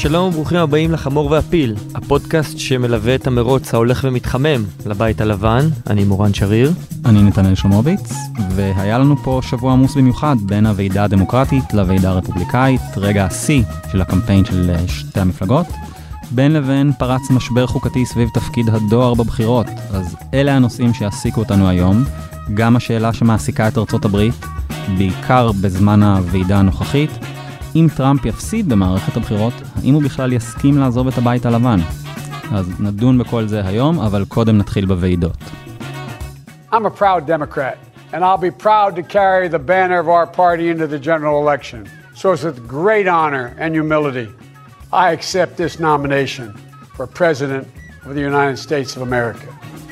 שלום וברוכים הבאים לחמור והפיל, הפודקאסט שמלווה את המרוץ ההולך ומתחמם לבית הלבן. אני מורן שריר. אני נתנאל שלמוביץ, והיה לנו פה שבוע עמוס במיוחד בין הוועידה הדמוקרטית לוועידה הרפובליקאית, רגע השיא של הקמפיין של שתי המפלגות. בין לבין פרץ משבר חוקתי סביב תפקיד הדואר בבחירות, אז אלה הנושאים שיעסיקו אותנו היום, גם השאלה שמעסיקה את ארצות הברית, בעיקר בזמן הוועידה הנוכחית, אם טראמפ יפסיד במערכת הבחירות, האם הוא בכלל יסכים לעזוב את הבית הלבן? אז נדון בכל זה היום, אבל קודם נתחיל בוועידות. I'm a proud Democrat, and I'll be proud to carry the banner of our party into the general election. So it's with great honor and humility, I accept this nomination for President of the United States of America.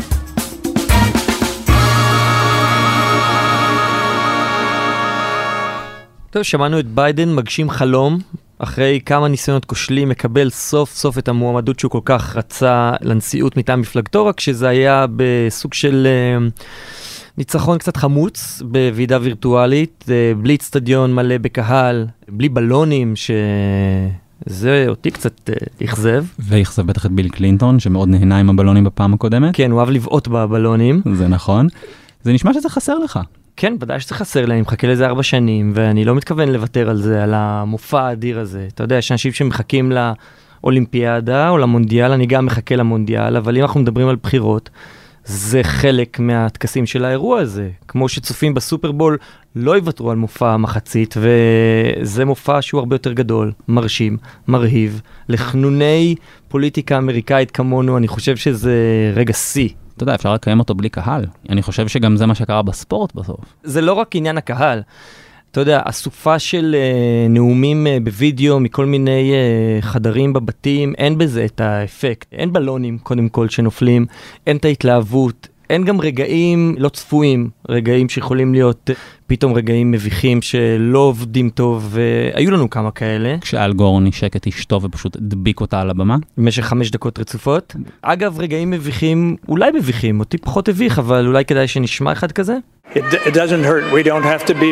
טוב, שמענו את ביידן מגשים חלום, אחרי כמה ניסיונות כושלים מקבל סוף סוף את המועמדות שהוא כל כך רצה לנשיאות מטעם מפלגתו, רק שזה היה בסוג של ניצחון קצת חמוץ בוועידה וירטואלית, בלי אצטדיון מלא בקהל, בלי בלונים, שזה אותי קצת אכזב. ואכזב בטח את ביל קלינטון, שמאוד נהנה עם הבלונים בפעם הקודמת. כן, הוא אוהב לבעוט בבלונים. זה נכון. זה נשמע שזה חסר לך. כן, ודאי שזה חסר לי, אני מחכה לזה 4 שנים, ואני לא מתכוון לוותר על זה, על המופע האדיר הזה. אתה יודע, יש אנשים שמחכים לאולימפיאדה או למונדיאל, אני גם מחכה למונדיאל, אבל אם אנחנו מדברים על בחירות, זה חלק מהתקסים של האירוע הזה. כמו שצופים בסופרבול, לא יוותרו על מופע המחצית, וזה מופע שהוא הרבה יותר גדול, מרשים, מרהיב. לחנוני פוליטיקה אמריקאית כמונו, אני חושב שזה רגע שיא. אתה יודע, אפשר לקיים אותו בלי קהל. אני חושב שגם זה מה שקרה בספורט בסוף. זה לא רק עניין הקהל. אתה יודע, הסופה של נאומים בווידאו מכל מיני חדרים בבתים, אין בזה את האפקט. אין בלונים, קודם כל, שנופלים. אין את ההתלהבות. אין גם רגעים לא צפויים, רגעים שיכולים להיות פתאום רגעים מביכים שלא עובדים טוב, והיו לנו כמה כאלה. כשאל גור נשק את אשתו ופשוט דביק אותה על הבמה. במשך 5 דקות רצופות. אגב, רגעים מביכים, אולי מביכים, אותי פחות הביך, אבל אולי כדאי שנשמע אחד כזה. It doesn't hurt, we don't have to be...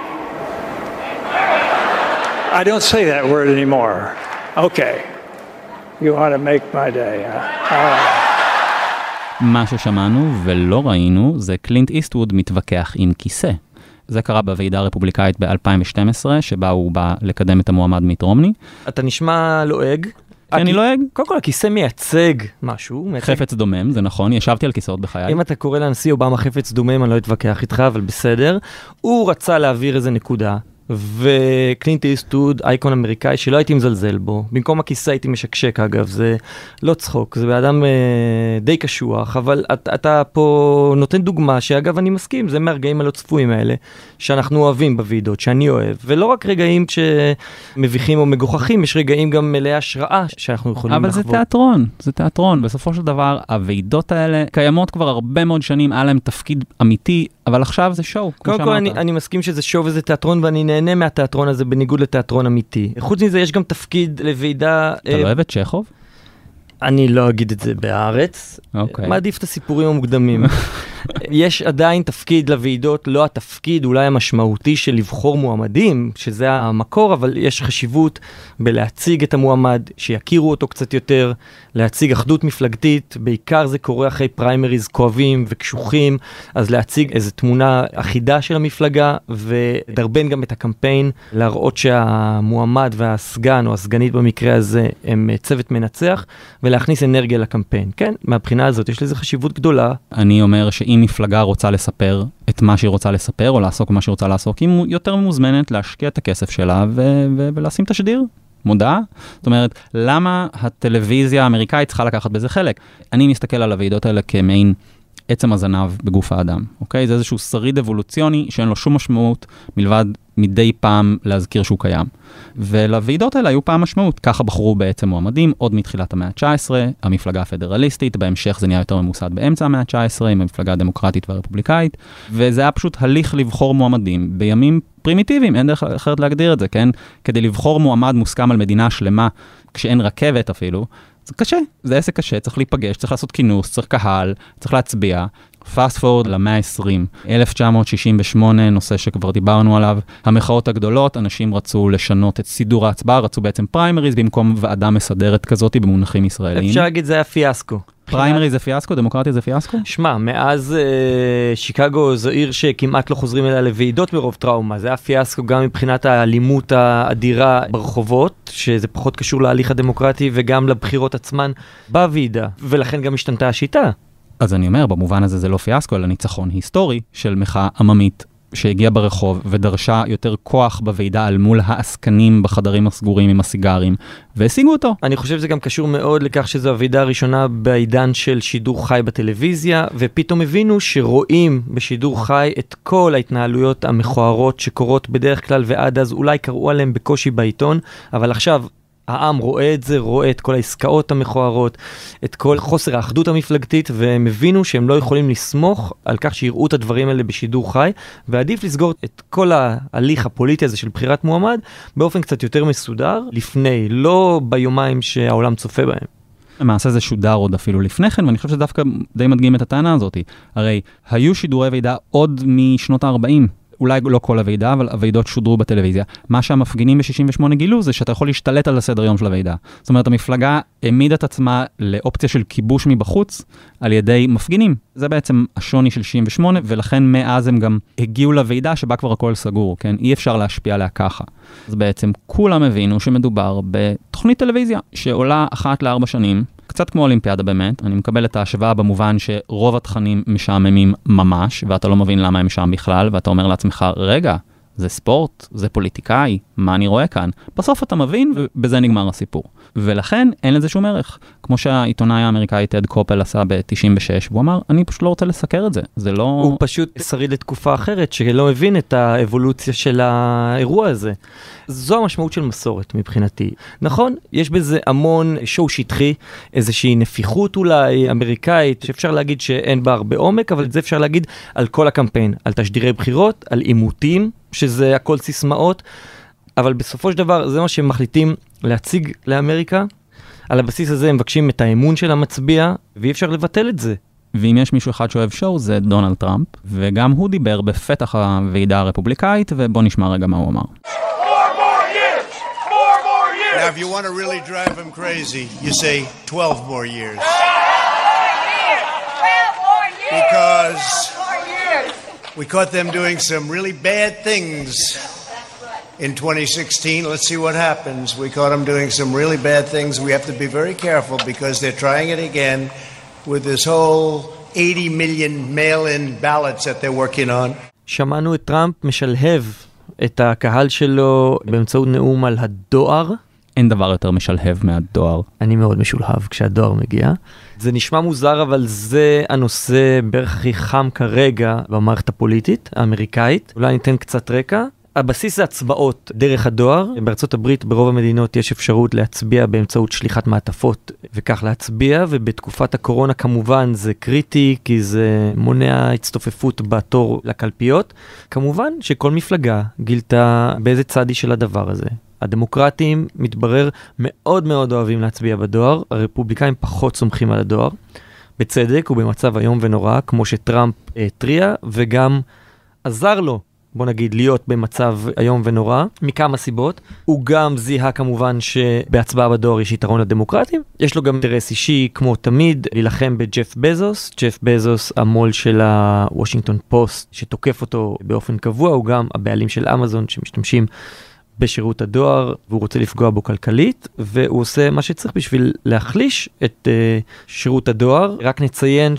I don't say that word anymore. Okay, you want to make my day. מה ששמענו ולא ראינו זה קלינט איסטווד מתווכח עם כיסא. זה קרה בוועידה הרפובליקאית ב-2012, שבה הוא בא לקדם את המועמד מיט רומני. אתה נשמע לועג. אני לועג? קודם כל, הכיסא מייצג משהו. חפץ דומם, זה נכון, ישבתי על כיסאות בחיי. אם אתה קורא לנשיא אובמה חפץ דומם, אני לא אתווכח איתך, אבל בסדר. הוא רצה להעביר איזה נקודה, וקלינט איסטווד, אייקון אמריקאי, שלא הייתי מזלזל בו. במקום הכיסא הייתי משקשק, אגב, זה לא צחוק, זה באדם די קשוח, אבל אתה פה נותן דוגמה, שאגב אני מסכים, זה מהרגעים הלא צפויים האלה, שאנחנו אוהבים בוועידות, שאני אוהב, ולא רק רגעים שמביכים או מגוחכים, יש רגעים גם מלאי השראה שאנחנו יכולים לחוות. אבל זה תיאטרון, זה תיאטרון. בסופו של דבר, הוועידות האלה קיימות כבר הרבה מאוד שנים, היה להם תפקיד אמיתי, אבל עכשיו זה שואו. קודם כל, אני מסכים שזה שואו וזה תיאטרון, ואני נהנה מהתיאטרון הזה בניגוד לתיאטרון אמיתי. חוץ מזה, יש גם תפקיד לוועידה... אתה לא אוהב את צ'כוב? אני לא אגיד את זה בארץ. מעדיף את הסיפורים המוקדמים. יש עדיין תפקיד לוועידות, לא התפקיד אולי המשמעותי של לבחור מועמדים, שזה המקור, אבל יש חשיבות בלהציג את המועמד, שיכירו אותו קצת יותר, להציג אחדות מפלגתית, בעיקר זה קורה אחרי פריימריז כואבים וקשוחים, אז להציג איזו תמונה אחידה של המפלגה, ודרבן גם את הקמפיין, להראות שהמועמד והסגן או הסגנית במקרה הזה הם צוות מנצח, ולהכניס אנרגיה לקמפיין. כן, מהבחינה הזאת יש לזה חשיבות גדולה. אני אומר שאם מפלגה רוצה לספר את מה שהיא רוצה לספר, או לעסוק מה שהיא רוצה לעסוק, היא יותר מוזמנת להשקיע את הכסף שלה ולשים תשדיר. מודעה? זאת אומרת, למה הטלוויזיה האמריקאית צריכה לקחת בזה חלק? אני מסתכל על הוועידות האלה כמעין עצם הזנב בגוף האדם, אוקיי? זה איזשהו שריד אבולוציוני שאין לו שום משמעות מלבד מדי פעם להזכיר שהוא קיים. ולוועידות האלה היו פעם משמעות. ככה בחרו בעצם מועמדים, עוד מתחילת המאה ה-19, המפלגה הפדרליסטית, בהמשך זה נהיה יותר ממוסד באמצע המאה ה-19, עם המפלגה הדמוקרטית והרפובליקאית, וזה היה פשוט הליך לבחור מועמדים בימים פרימיטיביים, אין דרך אחרת להגדיר את זה, כן? כדי לבחור מועמד מוסכם על מדינה שלמה, כשאין רכבת אפילו, זה קשה, זה עסק קשה, צריך להיפגש, צריך לעשות כינוס, צריך קהל, צריך להצביע. פאסט פורד למאה ה-20, 1968, נושא שכבר דיברנו עליו, המחאות הגדולות, אנשים רצו לשנות את סידור ההצבעה, רצו בעצם פריימריז במקום ועדה מסדרת כזאת במונחים ישראלים. אפשר להגיד, זה היה פיאסקו. פריימריז זה פיאסקו? דמוקרטיה זה פיאסקו? שמע, מאז שיקגו זו עיר שכמעט לא חוזרים אליה לוועידות מרוב טראומה. זה היה פיאסקו גם מבחינת האלימות האדירה ברחובות, שזה פחות קשור להליך הדמוקרטי, וגם לבחירות עצמן בוועידה, ולכן גם השתנתה השיטה. אז אני אומר, במובן הזה זה לא פיאסקו, אלא ניצחון היסטורי של מחאה עממית שהגיעה ברחוב ודרשה יותר כוח בוועידה על מול העסקנים בחדרים הסגורים עם הסיגרים, והשיגו אותו. אני חושב שזה גם קשור מאוד לכך שזו הוועידה הראשונה בעידן של שידור חי בטלוויזיה, ופתאום הבינו שרואים בשידור חי את כל ההתנהלויות המכוערות שקורות בדרך כלל, ועד אז אולי קראו עליהם בקושי בעיתון, אבל עכשיו העם רואה את זה, רואה את כל העסקאות המכוערות, את כל חוסר האחדות המפלגתית, והם הבינו שהם לא יכולים לסמוך על כך שיראו את הדברים האלה בשידור חי, ועדיף לסגור את כל ההליך הפוליטי הזה של בחירת מועמד באופן קצת יותר מסודר, לפני, לא ביומיים שהעולם צופה בהם. למעשה זה שודר עוד אפילו לפני כן, ואני חושב שדווקא די מדגים את הטענה הזאת. הרי היו שידורי ועידה עוד משנות ה-40, אולי לא כל הוועידה, אבל הוועידות שודרו בטלוויזיה. מה שהמפגינים ב-68 גילו זה שאתה יכול להשתלט על הסדר יום של הוועידה. זאת אומרת, המפלגה העמידה את עצמה לאופציה של כיבוש מבחוץ על ידי מפגינים. זה בעצם השוני של 68, ולכן מאז הם גם הגיעו לוועידה שבה כבר הכל סגור, כן? אי אפשר להשפיע עליה ככה. אז בעצם כולם הבינו שמדובר בתוכנית טלוויזיה שעולה 1 ל-4 שנים, קצת כמו אולימפיאדה באמת, אני מקבל את ההשוואה במובן שרוב התכנים משעממים ממש, ואתה לא מבין למה הם שם בכלל, ואתה אומר לעצמך, רגע, זה ספורט, זה פוליטיקאי, מה אני רואה כאן? בסוף אתה מבין, ובזה נגמר הסיפור. ולכן אין לזה שום ערך. כמו שהעיתונאי האמריקאי טד קופל עשה ב-96, והוא אמר, אני פשוט לא רוצה לסקר את זה. זה לא... הוא פשוט שריד לתקופה אחרת, שלא הבין את האבולוציה של האירוע הזה. זו המשמעות של מסורת מבחינתי. נכון, יש בזה המון שואו שטחי, איזושהי נפיחות אולי אמריקאית, שאפשר להגיד שאין בה הרבה עומק, אבל את זה אפשר להגיד על כל הקמפיין, על תשדירי בחירות, על עימותים, שזה הכל סיסמאות, אבל בסופו של דבר זה מה שהם מחליטים להציג לאמריקה. על הבסיס הזה הם מבקשים את האמון של המצביע, ואי אפשר לבטל את זה. ואם יש מישהו אחד שאוהב שואו, זה דונלד טראמפ, וגם הוא דיבר בפתח הוועידה הרפובליקאית, ובוא נשמע רגע מה הוא אמר. Now, if you want to really drive them crazy, you say 12 more years. 12 more years! Because 12 more years! we caught them doing some really bad things in 2016. Let's see what happens. We caught them doing some really bad things. We have to be very careful because they're trying it again with this whole 80 million mail-in ballots that they're working on. שמענו את טראמפ משלהב את הקהל שלו באמצעות נאום על הדואר. אין דבר יותר משלהב מהדואר. אני מאוד משולהב כשהדואר מגיע. זה נשמע מוזר, אבל זה הנושא בערך הכי חם כרגע במערכת הפוליטית האמריקאית. אולי ניתן קצת רקע. הבסיס זה הצבעות דרך הדואר. בארצות הברית ברוב המדינות יש אפשרות להצביע באמצעות שליחת מעטפות וכך להצביע, ובתקופת הקורונה כמובן זה קריטי, כי זה מונע הצטופפות בתור לקלפיות. כמובן שכל מפלגה גילתה באיזה צדי של הדבר הזה. הדמוקרטים מתברר מאוד מאוד אוהבים להצביע בדואר, הרפובליקאים פחות סומכים על הדואר, בצדק ובמצב היום ונורא, כמו שטראמפ התריע, וגם עזר לו, בוא נגיד, להיות במצב היום ונורא, מכמה סיבות. הוא גם זיהה כמובן שבהצבעה בדואר יש יתרון לדמוקרטים, יש לו גם אינטרס אישי, כמו תמיד, להילחם בג'ף בזוס. ג'ף בזוס, המול של הוושינגטון פוסט, שתוקף אותו באופן קבוע, הוא גם הבעלים של אמזון, שמשתמשים בשירות הדואר, והוא רוצה לפגוע בו כלכלית, והוא עושה מה שצריך בשביל להחליש את שירות הדואר. רק נציין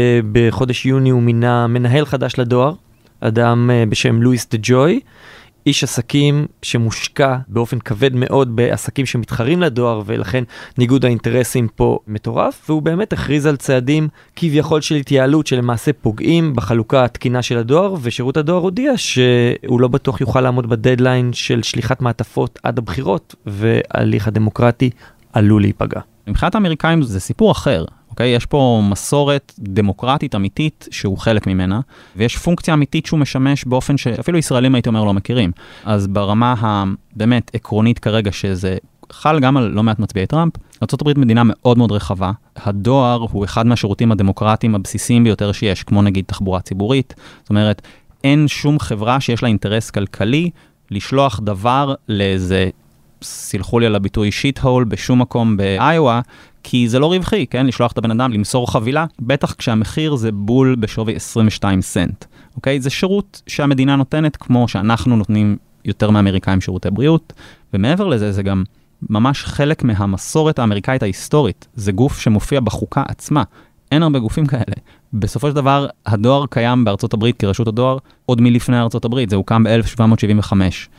שבחודש יוני הוא מינה מנהל חדש לדואר, אדם בשם לואיס דה ג'וי, איש עסקים שמושקע באופן כבד מאוד בעסקים שמתחרים לדואר, ולכן ניגוד האינטרסים פה מטורף, והוא באמת הכריז על צעדים כביכול של התייעלות שלמעשה פוגעים בחלוקה התקינה של הדואר, ושירות הדואר הודיע שהוא לא בטוח יוכל לעמוד בדדליין של שליחת מעטפות עד הבחירות, וההליך הדמוקרטי עלול להיפגע. מבחינת האמריקאים זה סיפור אחר. אוקיי? יש פה מסורת דמוקרטית אמיתית שהוא חלק ממנה, ויש פונקציה אמיתית שהוא משמש באופן שאפילו ישראלים הייתי אומר לא מכירים. אז ברמה הבאמת עקרונית כרגע שזה חל גם על לא מעט מצביעי טראמפ. ארצות הברית מדינה מאוד מאוד רחבה. הדואר הוא אחד מהשירותים הדמוקרטיים הבסיסיים ביותר שיש, כמו נגיד תחבורה ציבורית. זאת אומרת, אין שום חברה שיש לה אינטרס כלכלי לשלוח דבר לאיזה, סלחו לי על הביטוי, שיט הול בשום מקום באיואה, כי זה לא רווחי, כן? לשלוח את הבן אדם, למסור חבילה, בטח כשהמחיר זה בול בשווי 22 סנט. אוקיי? זה שירות שהמדינה נותנת, כמו שאנחנו נותנים יותר מאמריקאים שירותי בריאות, ומעבר לזה זה גם ממש חלק מהמסורת האמריקאית ההיסטורית. זה גוף שמופיע בחוקה עצמה. אין הרבה גופים כאלה. בסופו של דבר, הדואר קיים בארצות הברית כרשות הדואר עוד מלפני ארצות הברית. זה הוקם ב-1775.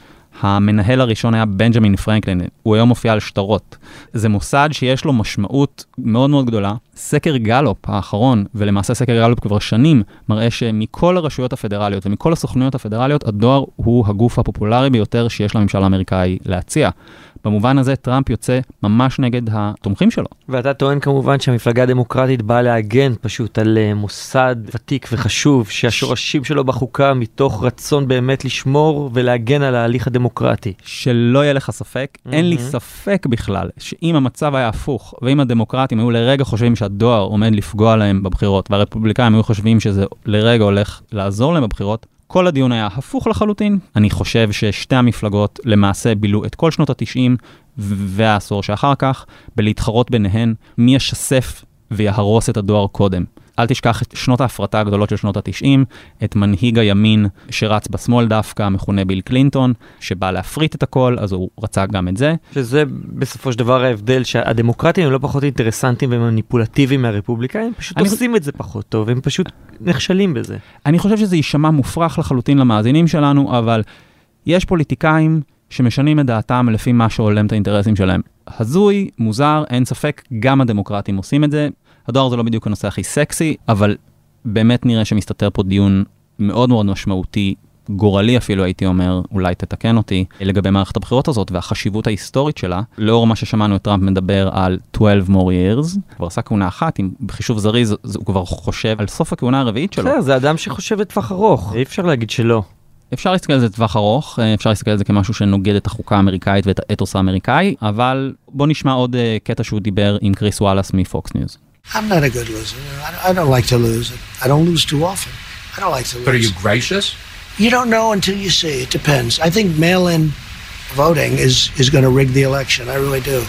המנהל הראשון היה בנג'מין פרנקלין, הוא היום מופיע על שטרות. זה מוסד שיש לו משמעות מאוד מאוד גדולה. סקר גלופ האחרון, ולמעשה סקר גלופ כבר שנים, מראה שמכל הרשויות הפדרליות ומכל הסוכנויות הפדרליות, הדואר הוא הגוף הפופולרי ביותר שיש לממשל האמריקאי להציע. במובן הזה טראמפ יוצא ממש נגד התומכים שלו. ואתה טוען כמובן שהמפלגה הדמוקרטית באה להגן פשוט על מוסד ותיק וחשוב, שהשורשים שלו בחוקה מתוך רצון באמת לשמור ולהגן על ההליך הדמוקרטי. שלא יהיה לך ספק, אין לי ספק בכלל, שאם המצב היה הפוך, ואם הדמוקרטים היו לרגע חושבים שהדואר עומד לפגוע להם בבחירות, והרפובליקאים היו חושבים שזה לרגע הולך לעזור להם בבחירות, כל הדיון היה הפוך לחלוטין. אני חושב ששתי המפלגות למעשה בילו את כל שנות ה-90 והעשור שאחר כך, בלהתחרות ביניהן מי ישסף ויהרוס את הדואר קודם. אל תשכח את שנות ההפרטה הגדולות של שנות ה-90, את מנהיג הימין שרץ בשמאל דווקא, מכונה ביל קלינטון, שבא להפריט את הכל, אז הוא רצה גם את זה. שזה בסופו של דבר ההבדל שהדמוקרטים הם לא פחות אינטרסנטיים ומניפולטיביים מהרפובליקאים, הם פשוט עושים את זה פחות טוב, הם פשוט נכשלים בזה. אני חושב שזה יישמע מופרך לחלוטין למאזינים שלנו, אבל יש פוליטיקאים שמשנים את דעתם לפי מה שעולם את האינטרסים שלהם. הזוי, מוזר, אין ספק, גם הדמוקרטים עושים את זה. הדואר זה לא בדיוק הנושא הכי סקסי, אבל באמת נראה שמסתתר פה דיון מאוד מאוד משמעותי, גורלי אפילו הייתי אומר, אולי תתקן אותי, לגבי מערכת הבחירות הזאת והחשיבות ההיסטורית שלה. לאור מה ששמענו את טראמפ מדבר על 12 more years, כבר עשה כהונה אחת, עם בחישוב זריז, הוא כבר חושב על סוף הכהונה הרביעית שלו. זה אדם שחושב לטווח ארוך, אי אפשר להגיד שלא. אפשר להסתכל על זה לטווח ארוך, אפשר להסתכל על זה כמשהו שנוגד את החוקה האמריקאית ואת האתוס האמריקאי, אבל בוא נשמע עוד קטע שהוא דיבר עם קריס וואלאס מפוקס ניוז. I'm not a good loser. I don't like to lose. I don't lose too often. I don't like to lose. But are you gracious? You don't know until you see. It depends. I think mail-in voting is going to rig the election. I really do.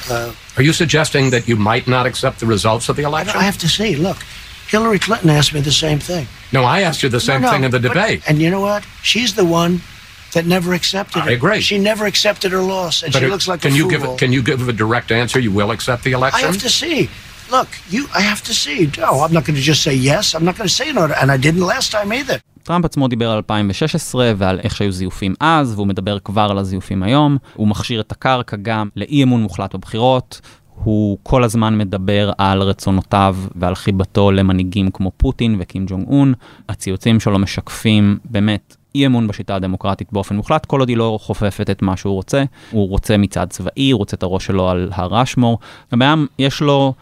Are you suggesting that you might not accept the results of the election? I have to see. Look, Hillary Clinton asked me the same thing. No, I asked you the same thing in the debate. And you know what? She's the one that never accepted it. I agree. She never accepted her loss, and she looks like a fool. Can you give a direct answer? You will accept the election? I have to see. Look, I have to see. No, I'm not going to just say yes. I'm not going to say no, and I didn't last time either. טראמפ עצמו דיבר על 2016 ועל איך שהיו זיופים אז, והוא מדבר כבר על הזיופים היום. הוא מכשיר את הקרקע גם לאי אמון מוחלט בבחירות. הוא כל הזמן מדבר על רצונותיו ועל חיבתו למנהיגים כמו פוטין וקים ג'ונג און. הציוצים שלו משקפים באמת אי אמון בשיטה הדמוקרטית באופן מוחלט, כל עוד היא לא חופפת את מה שהוא רוצה. הוא רוצה מצד צבאי, הוא רוצה את הראש שלו על הר אשמור. הבעיה, יש לו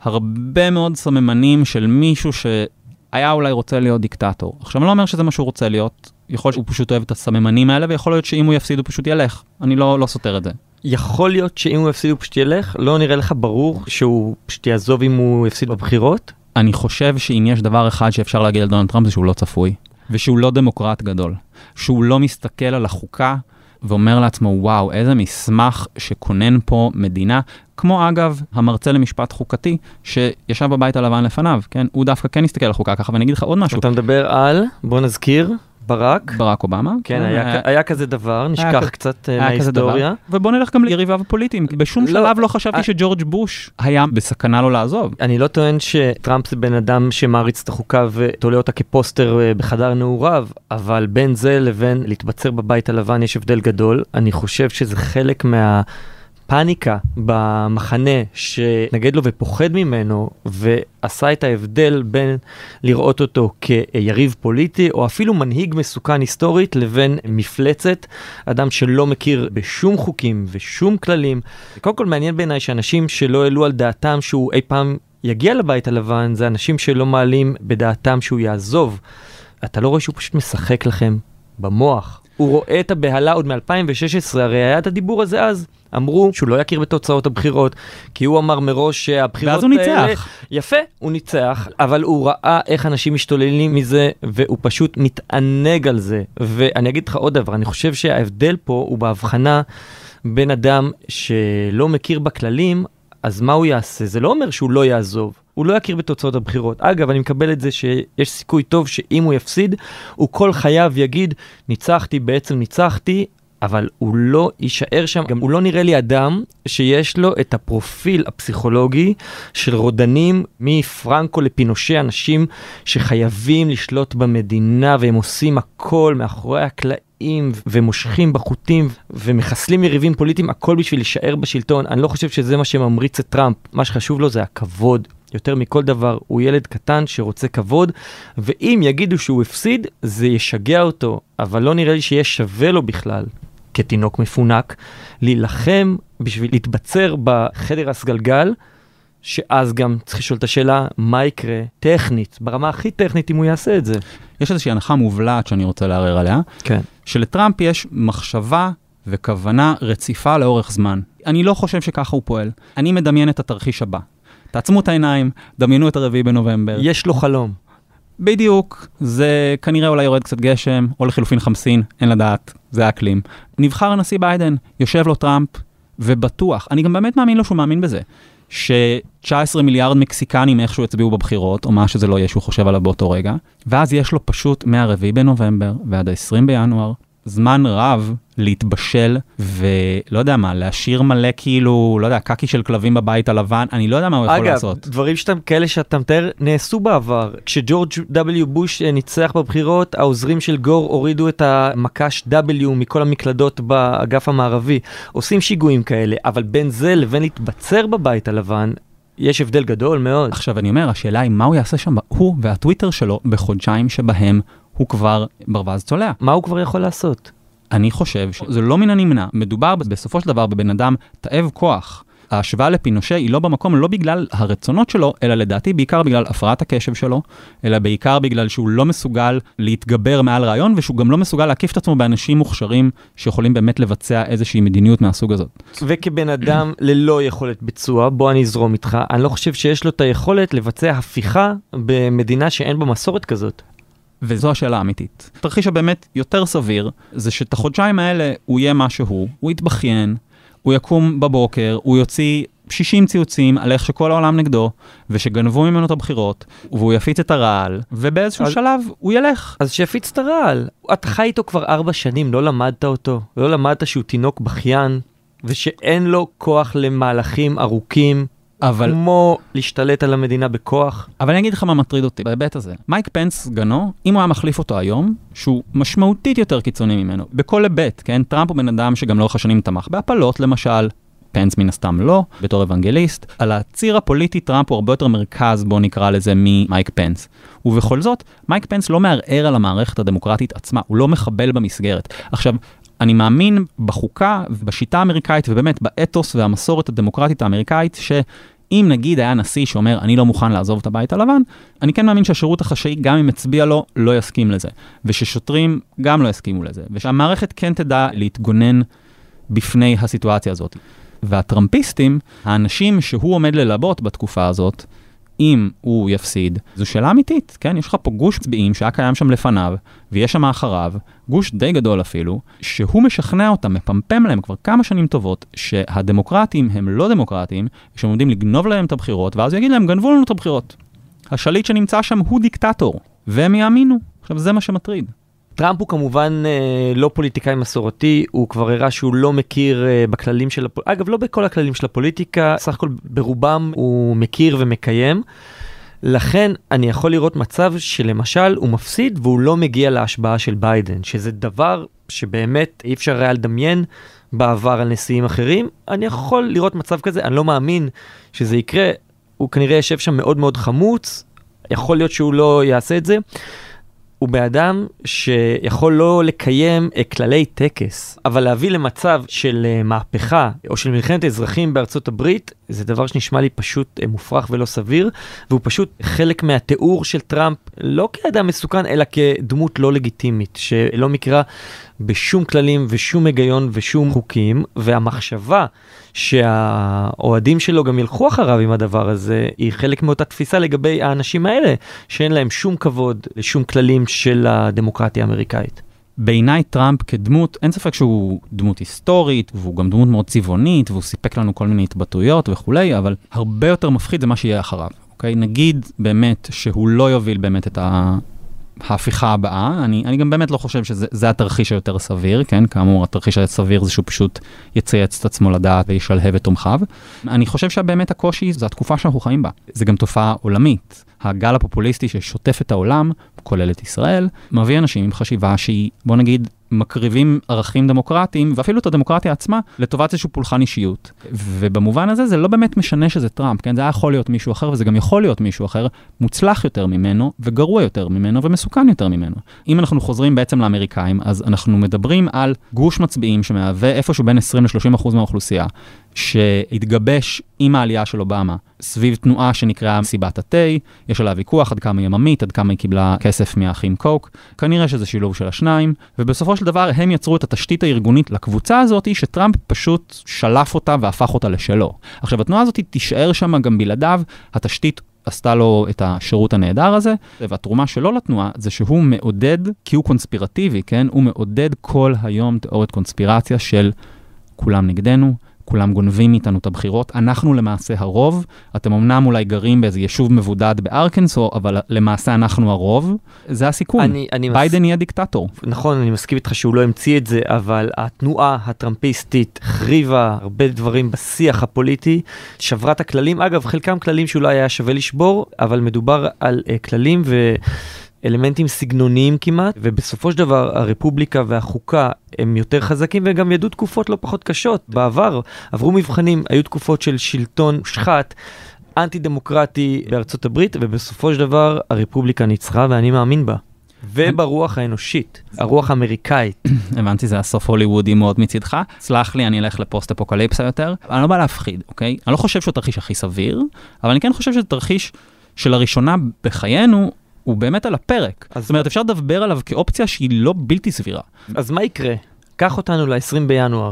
הרבה מאוד סממנים של מישהו שהיה אולי רוצה להיות דיקטטור. עכשיו, אני לא אומר שזה מה שהוא רוצה להיות. יכול להיות שהוא פשוט אוהב את הסממנים האלה, ויכול להיות שאם הוא יפסיד הוא פשוט ילך. אני לא סותר את זה. יכול להיות שאם הוא יפסיד הוא פשוט ילך? לא נראה לך ברור שהוא פשוט יעזוב אם הוא יפסיד בבחירות? אני חושב שאם יש דבר אחד שאפשר להגיד על דונלד טראמפ זה שהוא לא צפוי. ושהוא לא דמוקרט גדול. שהוא לא מסתכל על החוקה ואומר לעצמו, וואו, איזה מסמך שכונן פה מדינה. כמו אגב, המרצה למשפט חוקתי, שישב בבית הלבן לפניו, כן? הוא דווקא כן הסתכל על החוקה ככה, ואני אגיד לך עוד משהו. אתה מדבר על, בוא נזכיר, ברק אובמה. כן, היה כזה דבר, נשכח קצת מההיסטוריה. ובוא נלך גם ליריביו הפוליטיים. בשום שלב לא חשבתי שג'ורג' בוש היה בסכנה לו לעזוב. אני לא טוען שטראמפ זה בן אדם שמעריץ את החוקה ותולה אותה כפוסטר בחדר נעוריו, אבל בין זה לבין להתבצר בבית הלבן יש הבדל גדול. אני חושב שזה חלק פאניקה במחנה שנגד לו ופוחד ממנו ועשה את ההבדל בין לראות אותו כיריב פוליטי או אפילו מנהיג מסוכן היסטורית לבין מפלצת, אדם שלא מכיר בשום חוקים ושום כללים. קודם כל מעניין בעיניי שאנשים שלא העלו על דעתם שהוא אי פעם יגיע לבית הלבן, זה אנשים שלא מעלים בדעתם שהוא יעזוב. אתה לא רואה שהוא פשוט משחק לכם במוח? הוא רואה את הבהלה עוד מ-2016, הרי היה את הדיבור הזה אז. אמרו שהוא לא יכיר בתוצאות הבחירות, כי הוא אמר מראש שהבחירות ואז הוא ניצח. יפה, הוא ניצח, אבל הוא ראה איך אנשים משתוללים מזה, והוא פשוט מתענג על זה. ואני אגיד לך עוד דבר, אני חושב שההבדל פה הוא בהבחנה בין אדם שלא מכיר בכללים, אז מה הוא יעשה? זה לא אומר שהוא לא יעזוב. הוא לא יכיר בתוצאות הבחירות. אגב, אני מקבל את זה שיש סיכוי טוב שאם הוא יפסיד, הוא כל חייו יגיד, ניצחתי, בעצם ניצחתי, אבל הוא לא יישאר שם. גם הוא לא נראה לי אדם שיש לו את הפרופיל הפסיכולוגי של רודנים מפרנקו לפינושה, אנשים שחייבים לשלוט במדינה, והם עושים הכל מאחורי הקלעים, ומושכים בחוטים, ומחסלים יריבים פוליטיים, הכל בשביל להישאר בשלטון. אני לא חושב שזה מה שממריץ את טראמפ. מה שחשוב לו זה הכבוד. יותר מכל דבר, הוא ילד קטן שרוצה כבוד, ואם יגידו שהוא הפסיד, זה ישגע אותו, אבל לא נראה לי שיש שווה לו בכלל, כתינוק מפונק, להילחם בשביל להתבצר בחדר הסגלגל, שאז גם צריך לשאול את השאלה, מה יקרה טכנית, ברמה הכי טכנית אם הוא יעשה את זה. יש איזושהי הנחה מובלעת שאני רוצה לערער עליה, כן. שלטראמפ יש מחשבה וכוונה רציפה לאורך זמן. אני לא חושב שככה הוא פועל. אני מדמיין את התרחיש הבא. תעצמו את העיניים, דמיינו את 4 בנובמבר. יש לו חלום. בדיוק, זה כנראה אולי יורד קצת גשם, או לחילופין חמסין, אין לדעת, זה האקלים. נבחר הנשיא ביידן, יושב לו טראמפ, ובטוח, אני גם באמת מאמין לו שהוא מאמין בזה, ש-19 מיליארד מקסיקנים איכשהו יצביעו בבחירות, או מה שזה לא יהיה שהוא חושב עליו באותו רגע, ואז יש לו פשוט מה-4 בנובמבר ועד ה-20 בינואר, זמן רב להתבשל, ולא יודע מה, להשאיר מלא כאילו, לא יודע, קקי של כלבים בבית הלבן, אני לא יודע מה הוא יכול לעשות. אגב, דברים כאלה שאתה מתאר נעשו בעבר. כשג'ורג' W. בוש ניצח בבחירות, העוזרים של גור הורידו את המקש W מכל המקלדות באגף המערבי. עושים שיגועים כאלה, אבל בין זה לבין להתבצר בבית הלבן, יש הבדל גדול מאוד. עכשיו אני אומר, השאלה היא מה הוא יעשה שם, הוא והטוויטר שלו בחודשיים שבהם הוא כבר ברווז צולע. מה הוא כבר יכול לעשות? אני חושב שזה לא מן הנמנע. מדובר בסופו של דבר בבן אדם תאב כוח. ההשוואה לפינושה היא לא במקום, לא בגלל הרצונות שלו, אלא לדעתי בעיקר בגלל הפרעת הקשב שלו, אלא בעיקר בגלל שהוא לא מסוגל להתגבר מעל רעיון, ושהוא גם לא מסוגל להקיף את עצמו באנשים מוכשרים שיכולים באמת לבצע איזושהי מדיניות מהסוג הזאת. וכבן אדם ללא יכולת ביצוע, בוא אני אזרום איתך, אני לא חושב שיש לו את היכולת לבצע הפיכה במדינה שאין בה מסורת כזאת. וזו השאלה האמיתית. תרחיש הבאמת יותר סביר, זה שאת החודשיים האלה הוא יהיה מה הוא יתבכיין, הוא יקום בבוקר, הוא יוציא 60 ציוצים על איך שכל העולם נגדו, ושגנבו ממנו את הבחירות, והוא יפיץ את הרעל, ובאיזשהו שלב הוא ילך. אז שיפיץ את הרעל. אתה חי איתו כבר 4 שנים, לא למדת אותו, לא למדת שהוא תינוק בכיין, ושאין לו כוח למהלכים ארוכים, כמו להשתלט על המדינה בכוח. אבל אני אגיד לך מה מטריד אותי בהיבט הזה. מייק פנס סגנו, אם הוא היה מחליף אותו היום, שהוא משמעותית יותר קיצוני ממנו, בכל היבט, כן? טראמפ הוא בן אדם שגם לאורך השנים תמך בהפלות, למשל, פנס מן הסתם לא, בתור אוונגליסט. על הציר הפוליטי טראמפ הוא הרבה יותר מרכז, בוא נקרא לזה, ממייק פנס. ובכל זאת, מייק פנס לא מערער על המערכת הדמוקרטית עצמה, הוא לא מחבל במסגרת. עכשיו, אני מאמין בחוקה ובשיטה האמריקאית, ובאמת באתוס והמסורת הדמוקרטית האמריקאית, שאם נגיד היה נשיא שאומר, אני לא מוכן לעזוב את הבית הלבן, אני כן מאמין שהשירות החשאי, גם אם הצביע לו, לא יסכים לזה. וששוטרים גם לא יסכימו לזה. ושהמערכת כן תדע להתגונן בפני הסיטואציה הזאת. והטראמפיסטים, האנשים שהוא עומד ללבות בתקופה הזאת, אם הוא יפסיד, זו שאלה אמיתית, כן? יש לך פה גוש מצביעים שהיה קיים שם לפניו, ויש שם אחריו, גוש די גדול אפילו, שהוא משכנע אותם, מפמפם להם כבר כמה שנים טובות, שהדמוקרטים הם לא דמוקרטים, שהם עומדים לגנוב להם את הבחירות, ואז הוא יגיד להם, גנבו לנו את הבחירות. השליט שנמצא שם הוא דיקטטור, והם יאמינו. עכשיו, זה מה שמטריד. טראמפ הוא כמובן לא פוליטיקאי מסורתי, הוא כבר הראה שהוא לא מכיר בכללים של הפוליטיקה, אגב לא בכל הכללים של הפוליטיקה, סך הכל ברובם הוא מכיר ומקיים, לכן אני יכול לראות מצב שלמשל הוא מפסיד והוא לא מגיע להשבעה של ביידן, שזה דבר שבאמת אי אפשר היה לדמיין בעבר על נשיאים אחרים, אני יכול לראות מצב כזה, אני לא מאמין שזה יקרה, הוא כנראה ישב שם מאוד מאוד חמוץ, יכול להיות שהוא לא יעשה את זה, הוא באדם שיכול לא לקיים כללי טקס, אבל להביא למצב של מהפכה או של מלחמת אזרחים בארצות הברית, זה דבר שנשמע לי פשוט מופרך ולא סביר, והוא פשוט חלק מהתיאור של טראמפ, לא כאדם מסוכן, אלא כדמות לא לגיטימית, שלא מכירה בשום כללים ושום היגיון ושום חוקים, והמחשבה שהאוהדים שלו גם ילכו אחריו עם הדבר הזה, היא חלק מאותה תפיסה לגבי האנשים האלה, שאין להם שום כבוד לשום כללים של הדמוקרטיה האמריקאית. בעיניי טראמפ כדמות, אין ספק שהוא דמות היסטורית, והוא גם דמות מאוד צבעונית, והוא סיפק לנו כל מיני התבטאויות וכולי, אבל הרבה יותר מפחיד זה מה שיהיה אחריו. אוקיי? נגיד באמת שהוא לא יוביל באמת את ההפיכה הבאה, אני גם באמת לא חושב שזה התרחיש היותר סביר, כן? כאמור, התרחיש הסביר זה שהוא פשוט יצייץ את עצמו לדעת וישלהב את תומכיו. אני חושב שבאמת הקושי זה התקופה שאנחנו חיים בה. זה גם תופעה עולמית. הגל הפופוליסטי ששוטף את העולם, כולל את ישראל, מביא אנשים עם חשיבה שהיא, בוא נגיד, מקריבים ערכים דמוקרטיים, ואפילו את הדמוקרטיה עצמה, לטובת איזשהו פולחן אישיות. ובמובן הזה זה לא באמת משנה שזה טראמפ, כן? זה היה יכול להיות מישהו אחר, וזה גם יכול להיות מישהו אחר, מוצלח יותר ממנו, וגרוע יותר ממנו, ומסוכן יותר ממנו. אם אנחנו חוזרים בעצם לאמריקאים, אז אנחנו מדברים על גוש מצביעים שמהווה איפשהו בין 20-30% מהאוכלוסייה, שהתגבש עם העלייה של אובמה, סביב תנועה שנקראה מסיבת התה, יש עליה ויכוח עד כמה היא יממית, עד כמה היא קיבלה כסף מהאחים קוק, כנראה שזה שילוב של השניים, ובסופו של דבר הם יצרו את התשתית הארגונית לקבוצה הזאת, שטראמפ פשוט שלף אותה והפך אותה לשלו. עכשיו, התנועה הזאת תישאר שם גם בלעדיו, התשתית עשתה לו את השירות הנהדר הזה, והתרומה שלו לתנועה זה שהוא מעודד, כי הוא קונספירטיבי, כן? הוא מעודד כל היום תיאוריות קונספירציה של כולם נגדנו, כולם גונבים איתנו את הבחירות, אנחנו למעשה הרוב, אתם אמנם אולי גרים באיזה יישוב מבודד בארקנסו, אבל למעשה אנחנו הרוב, זה הסיכון. ביידן יהיה דיקטטור. נכון, אני מסכים איתך שהוא לא המציא את זה, אבל התנועה הטראמפיסטית החריבה הרבה דברים בשיח הפוליטי, שברה את הכללים, אגב, חלקם כללים שאולי היה שווה לשבור, אבל מדובר על כללים אלמנטים סגנוניים כמעט, ובסופו של דבר הרפובליקה והחוקה הם יותר חזקים, וגם ידעו תקופות לא פחות קשות. בעבר עברו מבחנים, היו תקופות של שלטון שחט, אנטי דמוקרטי בארצות הברית, ובסופו של דבר הרפובליקה ניצחה, ואני מאמין בה. וברוח האנושית, הרוח האמריקאית. הבנתי, זה הסוף הוליוודי מאוד מצדך. סלח לי, אני אלך לפוסט אפוקליפסה יותר. אני לא בא להפחיד, אוקיי? אני לא חושב שהוא תרחיש הכי סביר, אבל אני כן חושב שזה תרחיש שלראשונה בחיינו הוא באמת על הפרק. זאת אומרת, אפשר לדבר עליו כאופציה שהיא לא בלתי סבירה. אז מה יקרה? קח אותנו ל-20 בינואר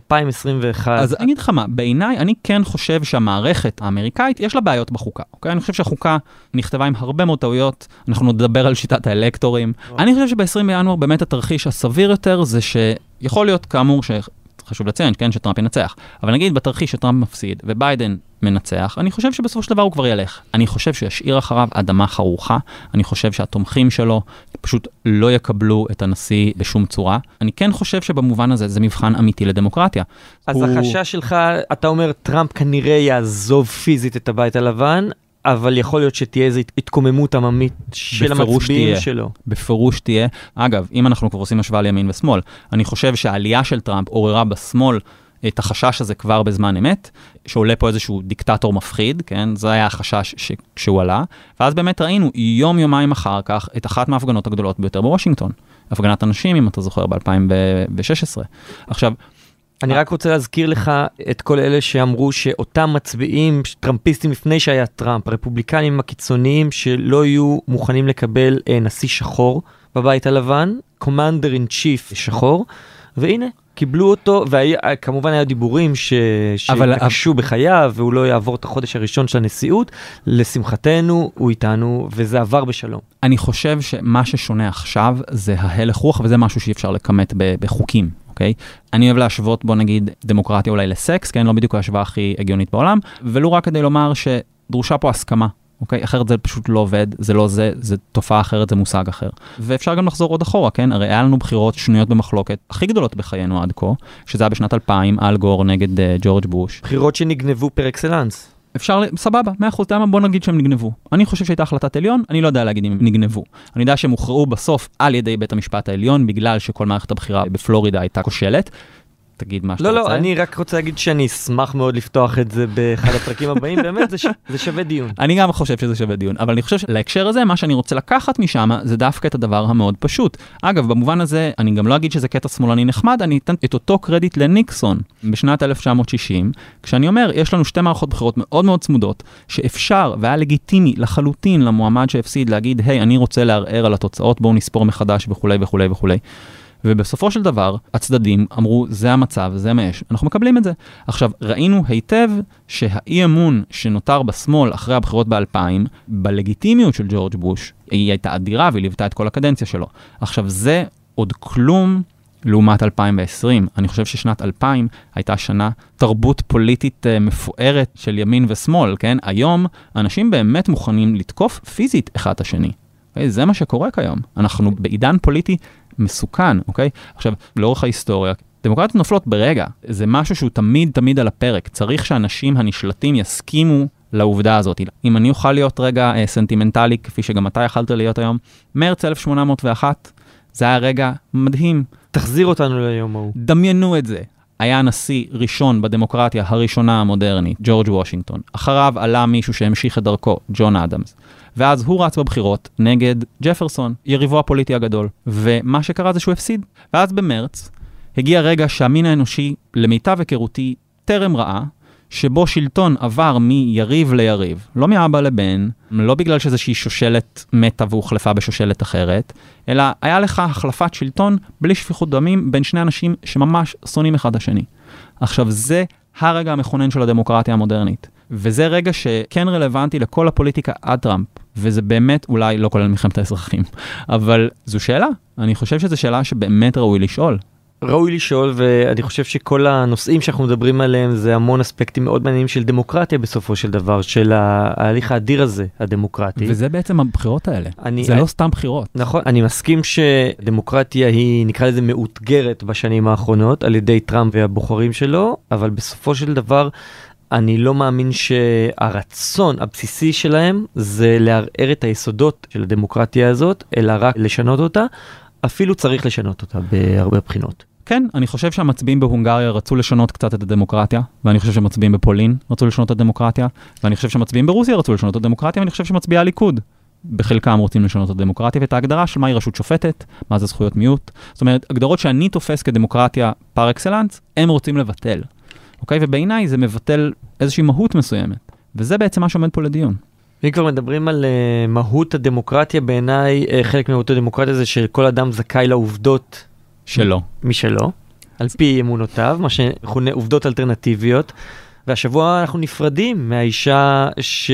2021. אז אני אגיד לך מה, בעיניי אני כן חושב שהמערכת האמריקאית יש לה בעיות בחוקה. אוקיי? אני חושב שהחוקה נכתבה עם הרבה מאוד טעויות, אנחנו נדבר על שיטת האלקטורים. אני חושב שב-20 בינואר באמת התרחיש הסביר יותר זה שיכול להיות כאמור חשוב לציין, כן, שטראמפ ינצח. אבל נגיד בתרחיש שטראמפ מפסיד וביידן מנצח, אני חושב שבסופו של דבר הוא כבר ילך. אני חושב שישאיר אחריו אדמה חרוכה, אני חושב שהתומכים שלו פשוט לא יקבלו את הנשיא בשום צורה. אני כן חושב שבמובן הזה זה מבחן אמיתי לדמוקרטיה. אז החשש שלך, אתה אומר, טראמפ כנראה יעזוב פיזית את הבית הלבן, אבל יכול להיות שתהיה איזו התקוממות עממית של המצביעים שלו. בפירוש תהיה. אגב, אם אנחנו כבר עושים השוואה לימין ושמאל, אני חושב שהעלייה של טראמפ עוררה בשמאל את החשש הזה כבר בזמן אמת, שעולה פה איזשהו דיקטטור מפחיד, כן? זה היה החשש שהוא עלה, ואז באמת ראינו יומיים אחר כך את אחת מההפגנות הגדולות ביותר בוושינגטון. הפגנת אנשים, אם אתה זוכר, ב-2016. עכשיו, אני רק רוצה להזכיר לך את כל אלה שאמרו שאותם מצביעים טראמפיסטים לפני שהיה טראמפ, הרפובליקנים הקיצוניים שלא יהיו מוכנים לקבל נשיא שחור בבית הלבן, קומנדר אין צ'יף שחור, והנה, קיבלו אותו, וכמובן היה דיבורים שהתעקשו בחייו, והוא לא יעבור את החודש הראשון של הנשיאות, לשמחתנו הוא איתנו, וזה עבר בשלום. אני חושב שמה ששונה עכשיו זה ההלך רוח, וזה משהו שאי אפשר לקמת בחוקים. אוקיי? אני אוהב להשוות, בוא נגיד, דמוקרטיה אולי לסקס, כן? לא בדיוק ההשוואה הכי הגיונית בעולם, ולא רק כדי לומר שדרושה פה הסכמה, אוקיי? אחרת זה פשוט לא עובד, זה לא זה תופעה אחרת, זה מושג אחר. ואפשר גם לחזור עוד אחורה, כן? הרי היה לנו בחירות שנויות במחלוקת הכי גדולות בחיינו עד כה, שזה היה בשנת 2000, אל גור נגד ג'ורג' בוש. בחירות שנגנבו פר אקסלנס. אפשר, סבבה, 100%, בוא נגיד שהם נגנבו. אני חושב שהייתה החלטת עליון, אני לא יודע להגיד אם הם נגנבו. אני יודע שהם הוכרעו בסוף על ידי בית המשפט העליון, בגלל שכל מערכת הבחירה בפלורידה הייתה כושלת. תגיד מה שאתה רוצה. לא, אני רק רוצה להגיד שאני אשמח מאוד לפתוח את זה באחד הפרקים הבאים, באמת זה שווה דיון. אני גם חושב שזה שווה דיון, אבל אני חושב שלהקשר הזה, מה שאני רוצה לקחת משם, זה דווקא את הדבר המאוד פשוט. אגב, במובן הזה, אני גם לא אגיד שזה קטע שמאלני נחמד, אני אתן את אותו קרדיט לניקסון בשנת 1960, כשאני אומר, יש לנו שתי מערכות בחירות מאוד מאוד צמודות, שאפשר והיה לגיטימי לחלוטין למועמד שהפסיד להגיד, היי, אני רוצה לערער על התוצאות, בואו נספור מחדש וכולי וכולי וכולי. ובסופו של דבר, הצדדים אמרו, זה המצב, זה מה יש. אנחנו מקבלים את זה. עכשיו, ראינו היטב שהאי אמון שנותר בשמאל אחרי הבחירות ב-2000, בלגיטימיות של ג'ורג' בוש, היא הייתה אדירה והיא ליוותה את כל הקדנציה שלו. עכשיו, זה עוד כלום לעומת 2020. אני חושב ששנת 2000 הייתה שנה תרבות פוליטית מפוארת של ימין ושמאל, כן? היום אנשים באמת מוכנים לתקוף פיזית אחד את השני. זה מה שקורה כיום. אנחנו בעידן פוליטי מסוכן, אוקיי? עכשיו, לאורך ההיסטוריה, דמוקרטיות נופלות ברגע. זה משהו שהוא תמיד על הפרק. צריך שאנשים הנשלטים יסכימו לעובדה הזאת. אם אני אוכל להיות רגע סנטימנטלי, כפי שגם אתה יכלת להיות היום, מרץ 1801, זה היה רגע מדהים. תחזיר אותנו ליום ההוא. דמיינו את זה. היה נשיא ראשון בדמוקרטיה הראשונה המודרנית, ג'ורג' וושינגטון. אחריו עלה מישהו שהמשיך את דרכו, ג'ון אדמס. ואז הוא רץ בבחירות נגד ג'פרסון, יריבו הפוליטי הגדול. ומה שקרה זה שהוא הפסיד. ואז במרץ הגיע רגע שהמין האנושי, למיטב היכרותי, טרם ראה, שבו שלטון עבר מיריב ליריב. לא מאבא לבן, לא בגלל שאיזושהי שושלת מתה והוחלפה בשושלת אחרת, אלא היה לך החלפת שלטון בלי שפיכות דמים בין שני אנשים שממש שונאים אחד השני. עכשיו זה הרגע המכונן של הדמוקרטיה המודרנית. וזה רגע שכן רלוונטי לכל הפוליטיקה עד טראמפ. וזה באמת אולי לא כולל מלחמת האזרחים. אבל זו שאלה. אני חושב שזו שאלה שבאמת ראוי לשאול. ראוי לשאול, ואני חושב שכל הנושאים שאנחנו מדברים עליהם זה המון אספקטים מאוד מעניינים של דמוקרטיה בסופו של דבר, של ההליך האדיר הזה, הדמוקרטי. וזה בעצם הבחירות האלה. זה לא סתם בחירות. נכון, אני מסכים שדמוקרטיה היא, נקרא לזה, מאותגרת בשנים האחרונות על ידי טראמפ והבוחרים שלו, אבל בסופו של דבר אני לא מאמין שהרצון הבסיסי שלהם זה לערער את היסודות של הדמוקרטיה הזאת, אלא רק לשנות אותה, אפילו צריך לשנות אותה בהרבה בחינות. כן, אני חושב שהמצביעים בהונגריה רצו לשנות קצת את הדמוקרטיה, ואני חושב שהמצביעים בפולין רצו לשנות את הדמוקרטיה, ואני חושב שהמצביעים ברוסיה רצו לשנות את הדמוקרטיה, ואני חושב שמצביעי הליכוד בחלקם רוצים לשנות את הדמוקרטיה, ואת ההגדרה של מהי רשות שופטת, מה זה זכויות מיעוט. זאת אומרת, הגדרות שאני תופס כדמוקרטיה פר אקסלנס, הם רוצים לבטל. אוקיי? ובעיניי זה מבטל איזושהי מהות מסוימת. וזה בעצם מה שעומד פה לדיון. אם כבר מדברים על מהות הדמוקרטיה, בעיניי חלק מהות הדמוקרטיה זה שכל אדם זכאי לעובדות שלו. משלו, על פי אמונותיו, מה שמכונה עובדות אלטרנטיביות. והשבוע אנחנו נפרדים מהאישה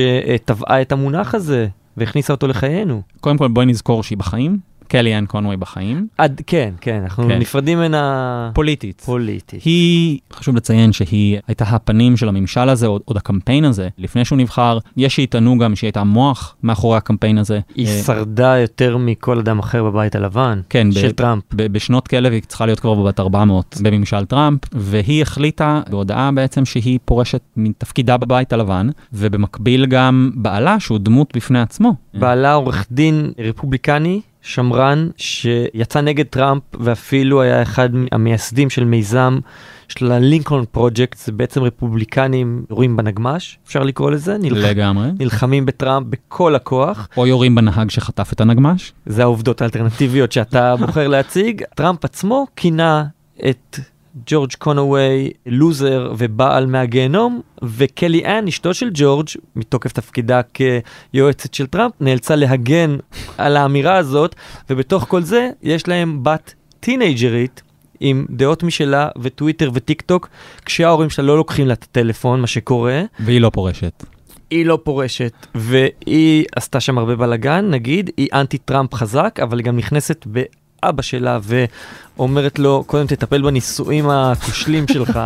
שטבעה את המונח הזה והכניסה אותו לחיינו. קודם כל בואי נזכור שהיא בחיים. קלי אן קונווי בחיים. כן, אנחנו נפרדים ממנה פוליטית. פוליטית. היא, חשוב לציין שהיא הייתה הפנים של הממשל הזה, עוד הקמפיין הזה, לפני שהוא נבחר. יש שיטענו גם שהיא הייתה מוח מאחורי הקמפיין הזה. היא שרדה יותר מכל אדם אחר בבית הלבן, כן, של טראמפ. בשנות כאלה היא צריכה להיות כבר בבת 400 בממשל טראמפ, והיא החליטה בהודעה בעצם שהיא פורשת מתפקידה בבית הלבן, ובמקביל גם בעלה שהוא דמות בפני עצמו. בעלה עורך דין רפובליקני, שמרן, שיצא נגד טראמפ, ואפילו היה אחד המייסדים של מיזם של הלינקולן פרוג'קט, זה בעצם רפובליקנים יורים בנגמש, אפשר לקרוא לזה, לגמרי. נלחמים בטראמפ בכל הכוח. או יורים בנהג שחטף את הנגמש. זה העובדות האלטרנטיביות שאתה בוחר להציג. טראמפ עצמו כינה את ג'ורג' קונווי לוזר ובעל מהגיהנום, וקלי אן, אשתו של ג'ורג', מתוקף תפקידה כיועצת של טראמפ, נאלצה להגן על האמירה הזאת, ובתוך כל זה יש להם בת טינג'רית עם דעות משלה וטוויטר וטיק טוק, כשההורים שלה לא לוקחים לה את הטלפון, מה שקורה. והיא לא פורשת. היא לא פורשת, והיא עשתה שם הרבה בלגן, נגיד, היא אנטי טראמפ חזק, אבל היא גם נכנסת אבא שלה ואומרת לו, קודם תטפל בנישואים הכושלים שלך,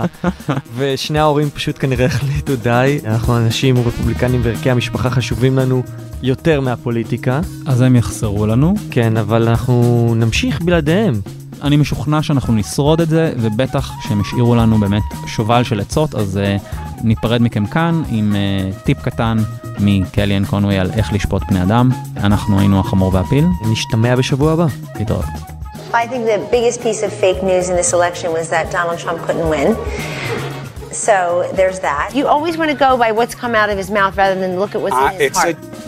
ושני ההורים פשוט כנראה החליטו די, אנחנו אנשים רפובליקנים וערכי המשפחה חשובים לנו יותר מהפוליטיקה. אז הם יחסרו לנו. כן, אבל אנחנו נמשיך בלעדיהם. אני משוכנע שאנחנו נשרוד את זה, ובטח שהם השאירו לנו באמת שובל של עצות, אז ניפרד מכם כאן עם טיפ קטן מקלי אן קונווי על איך לשפוט בני אדם. אנחנו היינו החמור והפיל. נשתמע בשבוע הבא. להתראות. I think the biggest piece of fake news in this election was that Donald Trump couldn't win. So there's that. You always want to go by what's come out of his mouth rather than look at what's in his heart.